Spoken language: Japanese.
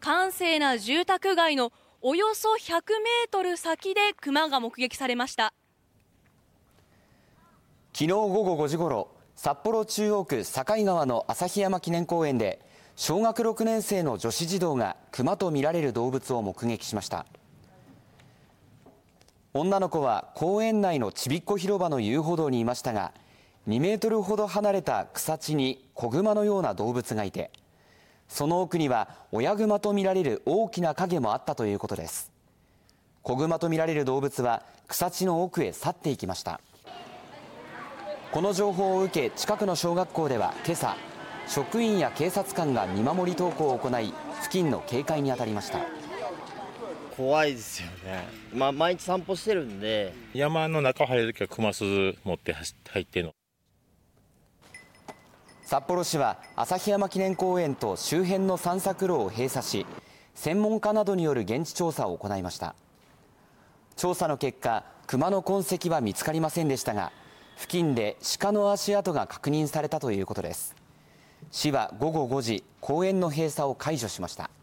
閑静な住宅街のおよそ100メートル先でクマが目撃されました。 昨日午後5時ごろ、札幌中央区境川の旭山記念公園で小学6年生の女子児童がクマとみられる動物を目撃しました。女の子は公園内のちびっこ広場の遊歩道にいましたが、2メートルほど離れた草地に子グマのような動物がいて、その奥には親グマとみられる大きな影もあったということです。子グマとみられる動物は草地の奥へ去っていきました。この情報を受け、近くの小学校では今朝、職員や警察官が見守り登校を行い、付近の警戒に当たりました。 怖いですよね。毎日散歩してるんで。 山の中を入るときはクマ鈴持って入ってるの。 札幌市は旭山記念公園と周辺の散策路を閉鎖し、専門家などによる現地調査を行いました。調査の結果、クマの痕跡は見つかりませんでしたが、付近で鹿の足跡が確認されたということです。市は午後5時、公園の閉鎖を解除しました。